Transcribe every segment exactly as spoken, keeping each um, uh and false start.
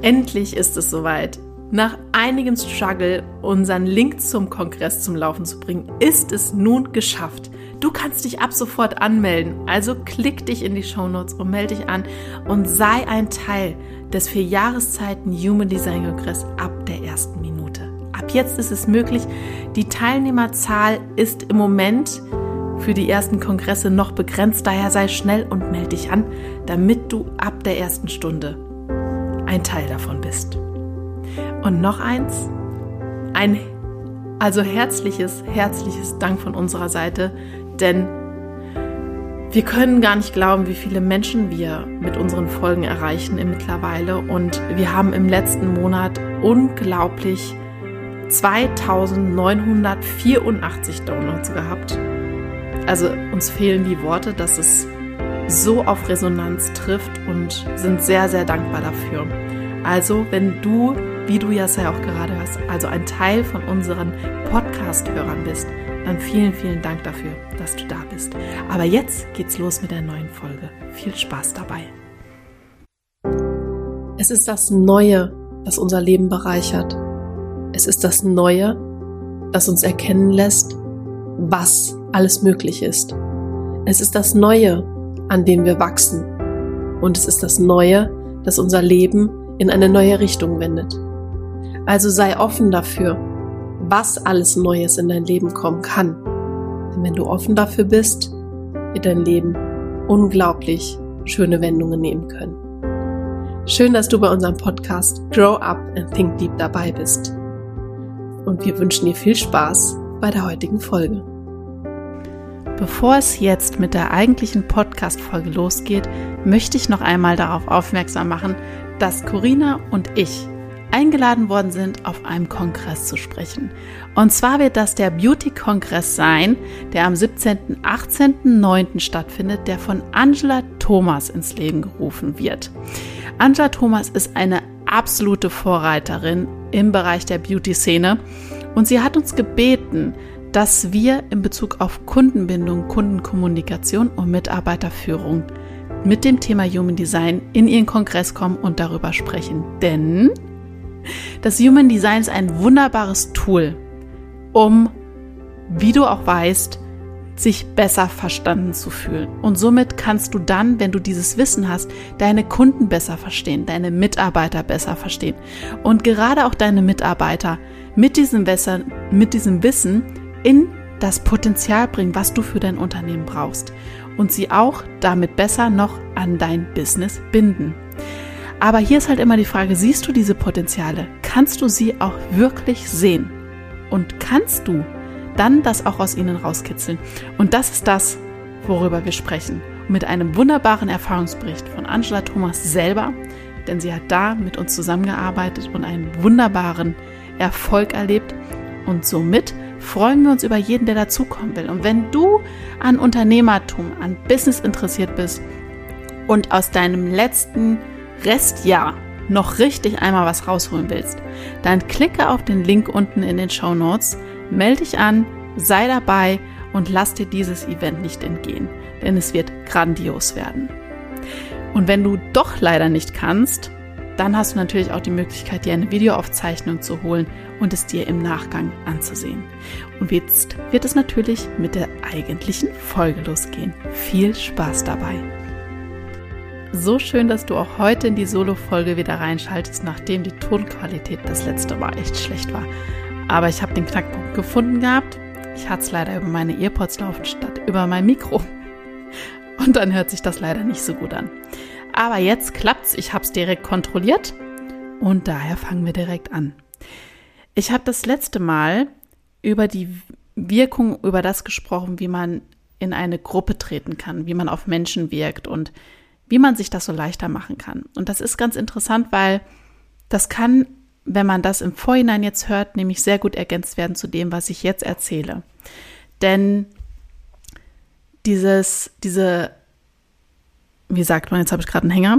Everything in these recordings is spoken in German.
Endlich ist es soweit. Nach einigem Struggle, unseren Link zum Kongress zum Laufen zu bringen, ist es nun geschafft. Du kannst dich ab sofort anmelden, also klick dich in die Shownotes und melde dich an und sei ein Teil des vier Jahreszeiten Human Design Kongress ab der ersten Minute. Ab jetzt ist es möglich. Die Teilnehmerzahl ist im Moment für die ersten Kongresse noch begrenzt, daher sei schnell und melde dich an, damit du ab der ersten Stunde ein Teil davon bist. Und noch eins, ein also herzliches, herzliches Dank von unserer Seite, denn wir können gar nicht glauben, wie viele Menschen wir mit unseren Folgen erreichen im mittlerweile, und wir haben im letzten Monat unglaublich zweitausendneunhundertvierundachtzig Downloads gehabt. Also uns fehlen die Worte, dass es so auf Resonanz trifft, und sind sehr, sehr dankbar dafür. Also wenn du, wie du ja auch gerade hörst, also ein Teil von unseren Podcast-Hörern bist, dann vielen, vielen Dank dafür, dass du da bist. Aber jetzt geht's los mit der neuen Folge. Viel Spaß dabei. Es ist das Neue, das unser Leben bereichert. Es ist das Neue, das uns erkennen lässt, was alles möglich ist. Es ist das Neue, an dem wir wachsen. Und es ist das Neue, das unser Leben in eine neue Richtung wendet. Also sei offen dafür, was alles Neues in dein Leben kommen kann. Denn wenn du offen dafür bist, wird dein Leben unglaublich schöne Wendungen nehmen können. Schön, dass du bei unserem Podcast Grow Up and Think Deep dabei bist. Und wir wünschen dir viel Spaß bei der heutigen Folge. Bevor es jetzt mit der eigentlichen Podcast-Folge losgeht, möchte ich noch einmal darauf aufmerksam machen, dass Corinna und ich eingeladen worden sind, auf einem Kongress zu sprechen. Und zwar wird das der Beauty-Kongress sein, der am siebzehnten und achtzehnten neunten stattfindet, der von Angela Thomas ins Leben gerufen wird. Angela Thomas ist eine absolute Vorreiterin im Bereich der Beauty-Szene, und sie hat uns gebeten, dass wir in Bezug auf Kundenbindung, Kundenkommunikation und Mitarbeiterführung mit dem Thema Human Design in ihren Kongress kommen und darüber sprechen. Denn das Human Design ist ein wunderbares Tool, um, wie du auch weißt, sich besser verstanden zu fühlen. Und somit kannst du dann, wenn du dieses Wissen hast, deine Kunden besser verstehen, deine Mitarbeiter besser verstehen. Und gerade auch deine Mitarbeiter mit diesem Wissen, mit diesem Wissen in das Potenzial bringen, was du für dein Unternehmen brauchst. Und sie auch damit besser noch an dein Business binden. Aber hier ist halt immer die Frage, siehst du diese Potenziale? Kannst du sie auch wirklich sehen? Und kannst du dann das auch aus ihnen rauskitzeln? Und das ist das, worüber wir sprechen. Mit einem wunderbaren Erfahrungsbericht von Angela Thomas selber, denn sie hat da mit uns zusammengearbeitet und einen wunderbaren Erfolg erlebt. Und somit freuen wir uns über jeden, der dazukommen will. Und wenn du an Unternehmertum, an Business interessiert bist und aus deinem letzten Restjahr noch richtig einmal was rausholen willst, dann klicke auf den Link unten in den Shownotes, melde dich an, sei dabei und lass dir dieses Event nicht entgehen, denn es wird grandios werden. Und wenn du doch leider nicht kannst, dann hast du natürlich auch die Möglichkeit, dir eine Videoaufzeichnung zu holen und es dir im Nachgang anzusehen. Und jetzt wird es natürlich mit der eigentlichen Folge losgehen. Viel Spaß dabei! So schön, dass du auch heute in die Solo-Folge wieder reinschaltest, nachdem die Tonqualität das letzte Mal echt schlecht war. Aber ich habe den Knackpunkt gefunden gehabt. Ich hatte es leider über meine Earpods laufen statt über mein Mikro. Und dann hört sich das leider nicht so gut an. Aber jetzt klappt's, ich habe es direkt kontrolliert und daher fangen wir direkt an. Ich habe das letzte Mal über die Wirkung, über das gesprochen, wie man in eine Gruppe treten kann, wie man auf Menschen wirkt und wie man sich das so leichter machen kann. Und das ist ganz interessant, weil das kann, wenn man das im Vorhinein jetzt hört, nämlich sehr gut ergänzt werden zu dem, was ich jetzt erzähle. Denn dieses, diese Wie sagt man, jetzt habe ich gerade einen Hänger.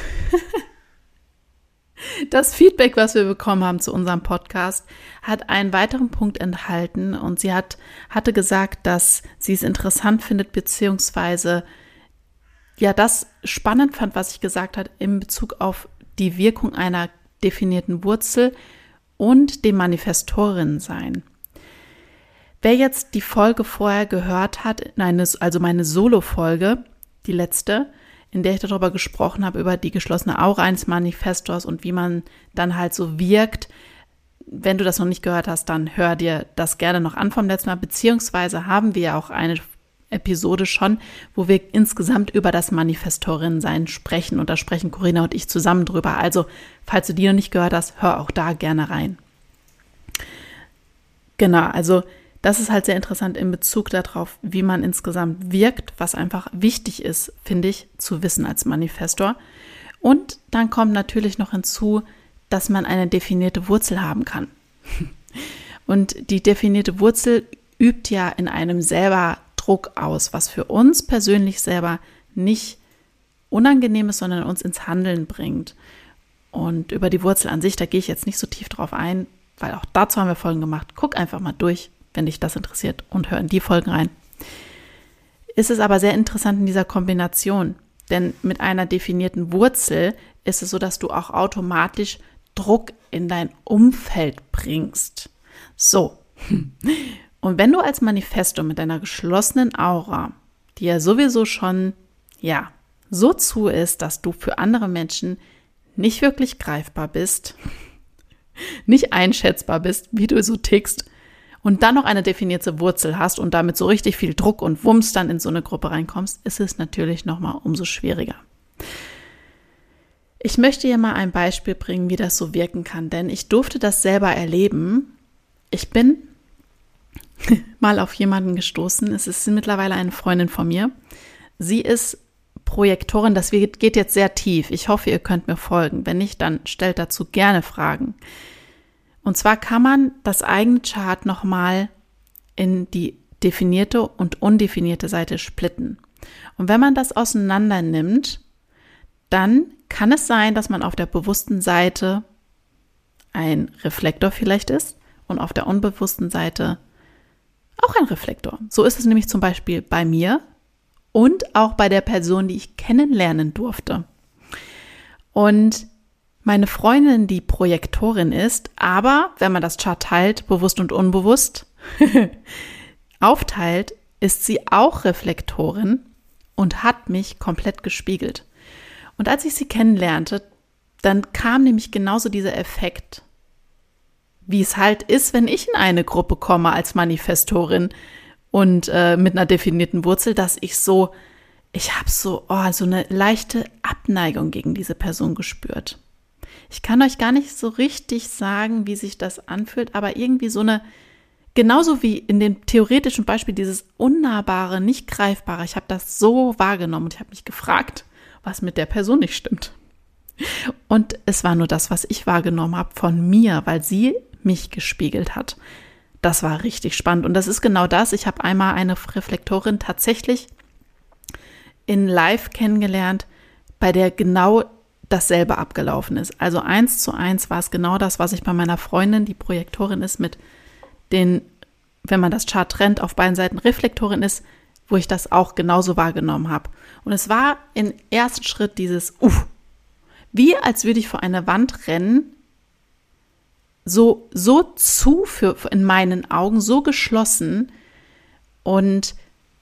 Das Feedback, was wir bekommen haben zu unserem Podcast, hat einen weiteren Punkt enthalten, und sie hat, hatte gesagt, dass sie es interessant findet, beziehungsweise ja das spannend fand, was ich gesagt habe, in Bezug auf die Wirkung einer definierten Wurzel und dem Manifestorinnensein. Wer jetzt die Folge vorher gehört hat, also meine Solo-Folge, die letzte, in der ich darüber gesprochen habe, über die geschlossene Aura eines Manifestors und wie man dann halt so wirkt. Wenn du das noch nicht gehört hast, dann hör dir das gerne noch an vom letzten Mal, beziehungsweise haben wir ja auch eine Episode schon, wo wir insgesamt über das Manifestorinnensein sprechen und da sprechen Corinna und ich zusammen drüber. Also, falls du die noch nicht gehört hast, hör auch da gerne rein. Genau, also das ist halt sehr interessant in Bezug darauf, wie man insgesamt wirkt, was einfach wichtig ist, finde ich, zu wissen als Manifestor. Und dann kommt natürlich noch hinzu, dass man eine definierte Wurzel haben kann. Und die definierte Wurzel übt ja in einem selber Druck aus, was für uns persönlich selber nicht unangenehm ist, sondern uns ins Handeln bringt. Und über die Wurzel an sich, da gehe ich jetzt nicht so tief drauf ein, weil auch dazu haben wir Folgen gemacht. Guck einfach mal durch, wenn dich das interessiert, und hör in die Folgen rein. Ist es aber sehr interessant in dieser Kombination, denn mit einer definierten Wurzel ist es so, dass du auch automatisch Druck in dein Umfeld bringst. So. Und wenn du als Manifestor mit deiner geschlossenen Aura, die ja sowieso schon, ja, so zu ist, dass du für andere Menschen nicht wirklich greifbar bist, nicht einschätzbar bist, wie du so tickst, und dann noch eine definierte Wurzel hast und damit so richtig viel Druck und Wumms dann in so eine Gruppe reinkommst, ist es natürlich nochmal umso schwieriger. Ich möchte hier mal ein Beispiel bringen, wie das so wirken kann, denn ich durfte das selber erleben. Ich bin mal auf jemanden gestoßen. Es ist mittlerweile eine Freundin von mir. Sie ist Projektorin. Das geht jetzt sehr tief. Ich hoffe, ihr könnt mir folgen. Wenn nicht, dann stellt dazu gerne Fragen. Und zwar kann man das eigene Chart nochmal in die definierte und undefinierte Seite splitten. Und wenn man das auseinander nimmt, dann kann es sein, dass man auf der bewussten Seite ein Reflektor vielleicht ist und auf der unbewussten Seite auch ein Reflektor. So ist es nämlich zum Beispiel bei mir und auch bei der Person, die ich kennenlernen durfte. Und meine Freundin, die Projektorin ist, aber wenn man das Chart teilt, bewusst und unbewusst, aufteilt, ist sie auch Reflektorin und hat mich komplett gespiegelt. Und als ich sie kennenlernte, dann kam nämlich genauso dieser Effekt, wie es halt ist, wenn ich in eine Gruppe komme als Manifestorin und äh, mit einer definierten Wurzel, dass ich so, ich habe so, oh, so eine leichte Abneigung gegen diese Person gespürt. Ich kann euch gar nicht so richtig sagen, wie sich das anfühlt, aber irgendwie so eine, genauso wie in dem theoretischen Beispiel, dieses Unnahbare, nicht Greifbare, ich habe das so wahrgenommen und ich habe mich gefragt, was mit der Person nicht stimmt. Und es war nur das, was ich wahrgenommen habe von mir, weil sie mich gespiegelt hat. Das war richtig spannend. Und das ist genau das. Ich habe einmal eine Reflektorin tatsächlich in Live kennengelernt, bei der genau dasselbe abgelaufen ist. Also eins zu eins war es genau das, was ich bei meiner Freundin, die Projektorin ist, mit den, wenn man das Chart trennt, auf beiden Seiten Reflektorin ist, wo ich das auch genauso wahrgenommen habe. Und es war im ersten Schritt dieses Uff, wie als würde ich vor eine Wand rennen, so, so zu für, in meinen Augen, so geschlossen, und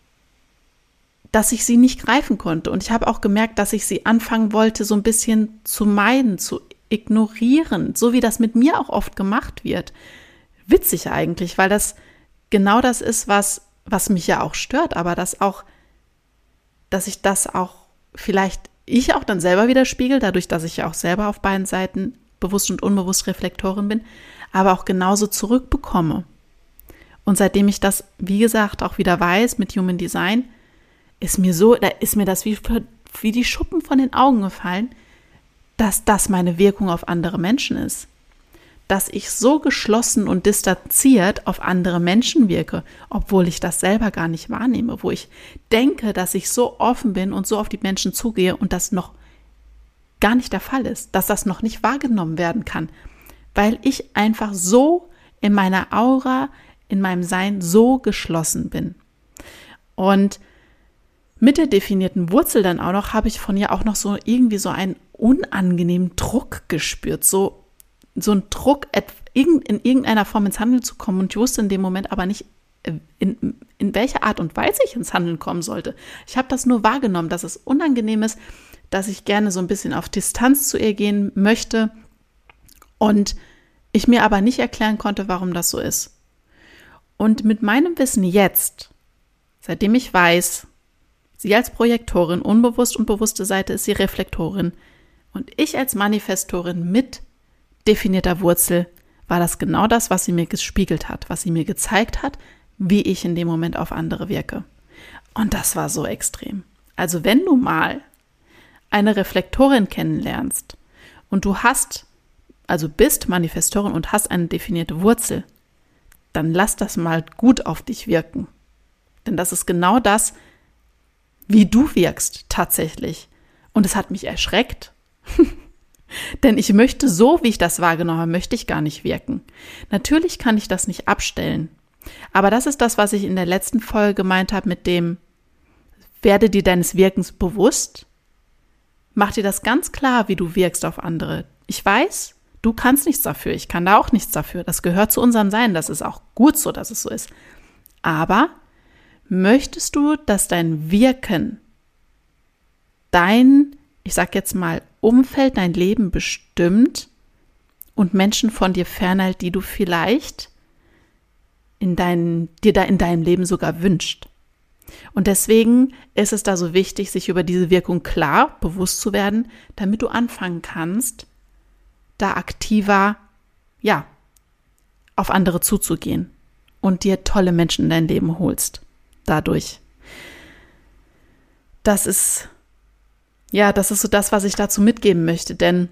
dass ich sie nicht greifen konnte. Und ich habe auch gemerkt, dass ich sie anfangen wollte, so ein bisschen zu meiden, zu ignorieren, so wie das mit mir auch oft gemacht wird. Witzig eigentlich, weil das genau das ist, was, was mich ja auch stört, aber das auch, dass ich das auch vielleicht ich auch dann selber widerspiegel, dadurch, dass ich ja auch selber auf beiden Seiten bewusst und unbewusst Reflektorin bin, aber auch genauso zurückbekomme. Und seitdem ich das, wie gesagt, auch wieder weiß mit Human Design, ist mir so, da ist mir das wie, wie die Schuppen von den Augen gefallen, dass das meine Wirkung auf andere Menschen ist. Dass ich so geschlossen und distanziert auf andere Menschen wirke, obwohl ich das selber gar nicht wahrnehme, wo ich denke, dass ich so offen bin und so auf die Menschen zugehe und das noch gar nicht der Fall ist, dass das noch nicht wahrgenommen werden kann, weil ich einfach so in meiner Aura, in meinem Sein so geschlossen bin. Und mit der definierten Wurzel dann auch noch, habe ich von ihr auch noch so irgendwie so einen unangenehmen Druck gespürt, so so ein Druck, in irgendeiner Form ins Handeln zu kommen. Und ich wusste in dem Moment aber nicht, in, in welcher Art und Weise ich ins Handeln kommen sollte. Ich habe das nur wahrgenommen, dass es unangenehm ist, dass ich gerne so ein bisschen auf Distanz zu ihr gehen möchte und ich mir aber nicht erklären konnte, warum das so ist. Und mit meinem Wissen jetzt, seitdem ich weiß, sie als Projektorin, unbewusst und bewusste Seite ist sie Reflektorin und ich als Manifestorin mit definierter Wurzel, war das genau das, was sie mir gespiegelt hat, was sie mir gezeigt hat, wie ich in dem Moment auf andere wirke. Und das war so extrem. Also wenn du mal eine Reflektorin kennenlernst und du hast, also bist Manifestorin und hast eine definierte Wurzel, dann lass das mal gut auf dich wirken. Denn das ist genau das, wie du wirkst tatsächlich. Und es hat mich erschreckt. Denn ich möchte so, wie ich das wahrgenommen habe, möchte ich gar nicht wirken. Natürlich kann ich das nicht abstellen. Aber das ist das, was ich in der letzten Folge gemeint habe mit dem, werde dir deines Wirkens bewusst. Mach dir das ganz klar, wie du wirkst auf andere. Ich weiß, du kannst nichts dafür. Ich kann da auch nichts dafür. Das gehört zu unserem Sein. Das ist auch gut so, dass es so ist. Aber möchtest du, dass dein Wirken, dein, ich sag jetzt mal, Umfeld, dein Leben bestimmt und Menschen von dir fernhält, die du vielleicht in dein, dir da in deinem Leben sogar wünscht? Und deswegen ist es da so wichtig, sich über diese Wirkung klar, bewusst zu werden, damit du anfangen kannst, da aktiver, ja, auf andere zuzugehen und dir tolle Menschen in dein Leben holst. Dadurch. Das ist, ja, das ist so das, was ich dazu mitgeben möchte, denn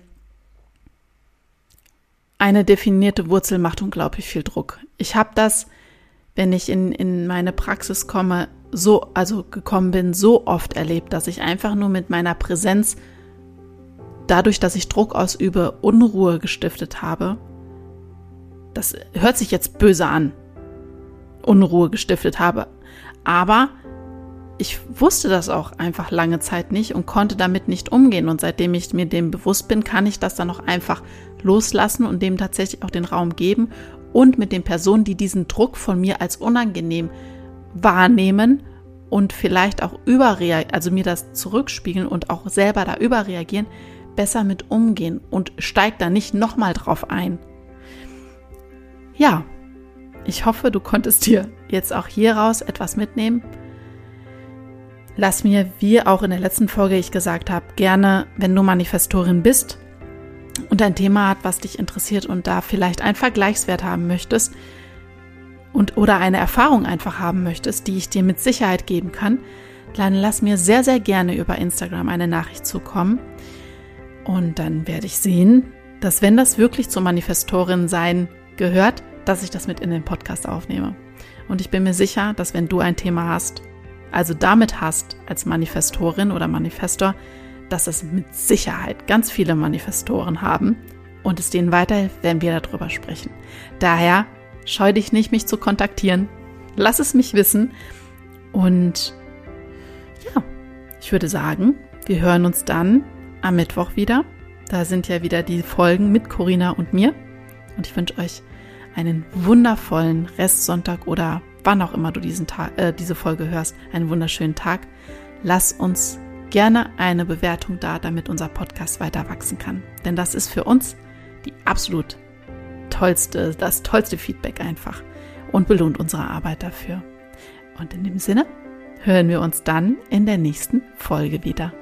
eine definierte Wurzel macht unglaublich viel Druck. Ich habe das, wenn ich in, in meine Praxis komme, so, also gekommen bin, so oft erlebt, dass ich einfach nur mit meiner Präsenz, dadurch, dass ich Druck ausübe, Unruhe gestiftet habe. Das hört sich jetzt böse an, Unruhe gestiftet habe, aber ich wusste das auch einfach lange Zeit nicht und konnte damit nicht umgehen. Und seitdem ich mir dem bewusst bin, kann ich das dann auch einfach loslassen und dem tatsächlich auch den Raum geben und mit den Personen, die diesen Druck von mir als unangenehm wahrnehmen und vielleicht auch überreagieren, also mir das zurückspiegeln und auch selber da überreagieren, besser mit umgehen und steigt da nicht nochmal drauf ein. Ja, ich hoffe, du konntest dir jetzt auch hieraus etwas mitnehmen. Lass mir, wie auch in der letzten Folge ich gesagt habe, gerne, wenn du Manifestorin bist und ein Thema hat, was dich interessiert und da vielleicht einen Vergleichswert haben möchtest und oder eine Erfahrung einfach haben möchtest, die ich dir mit Sicherheit geben kann, dann lass mir sehr, sehr gerne über Instagram eine Nachricht zukommen. Und dann werde ich sehen, dass wenn das wirklich zur Manifestorin sein gehört, dass ich das mit in den Podcast aufnehme. Und ich bin mir sicher, dass wenn du ein Thema hast, also damit hast als Manifestorin oder Manifestor, dass es mit Sicherheit ganz viele Manifestoren haben und es denen weiterhilft, wenn wir darüber sprechen. Daher scheu dich nicht, mich zu kontaktieren. Lass es mich wissen. Und ja, ich würde sagen, wir hören uns dann am Mittwoch wieder. Da sind ja wieder die Folgen mit Corinna und mir. Und ich wünsche euch einen wundervollen Restsonntag oder wann auch immer du diesen Tag, äh, diese Folge hörst, einen wunderschönen Tag. Lass uns gerne eine Bewertung da, damit unser Podcast weiter wachsen kann. Denn das ist für uns die absolut tollste, das tollste Feedback einfach und belohnt unsere Arbeit dafür. Und in dem Sinne hören wir uns dann in der nächsten Folge wieder.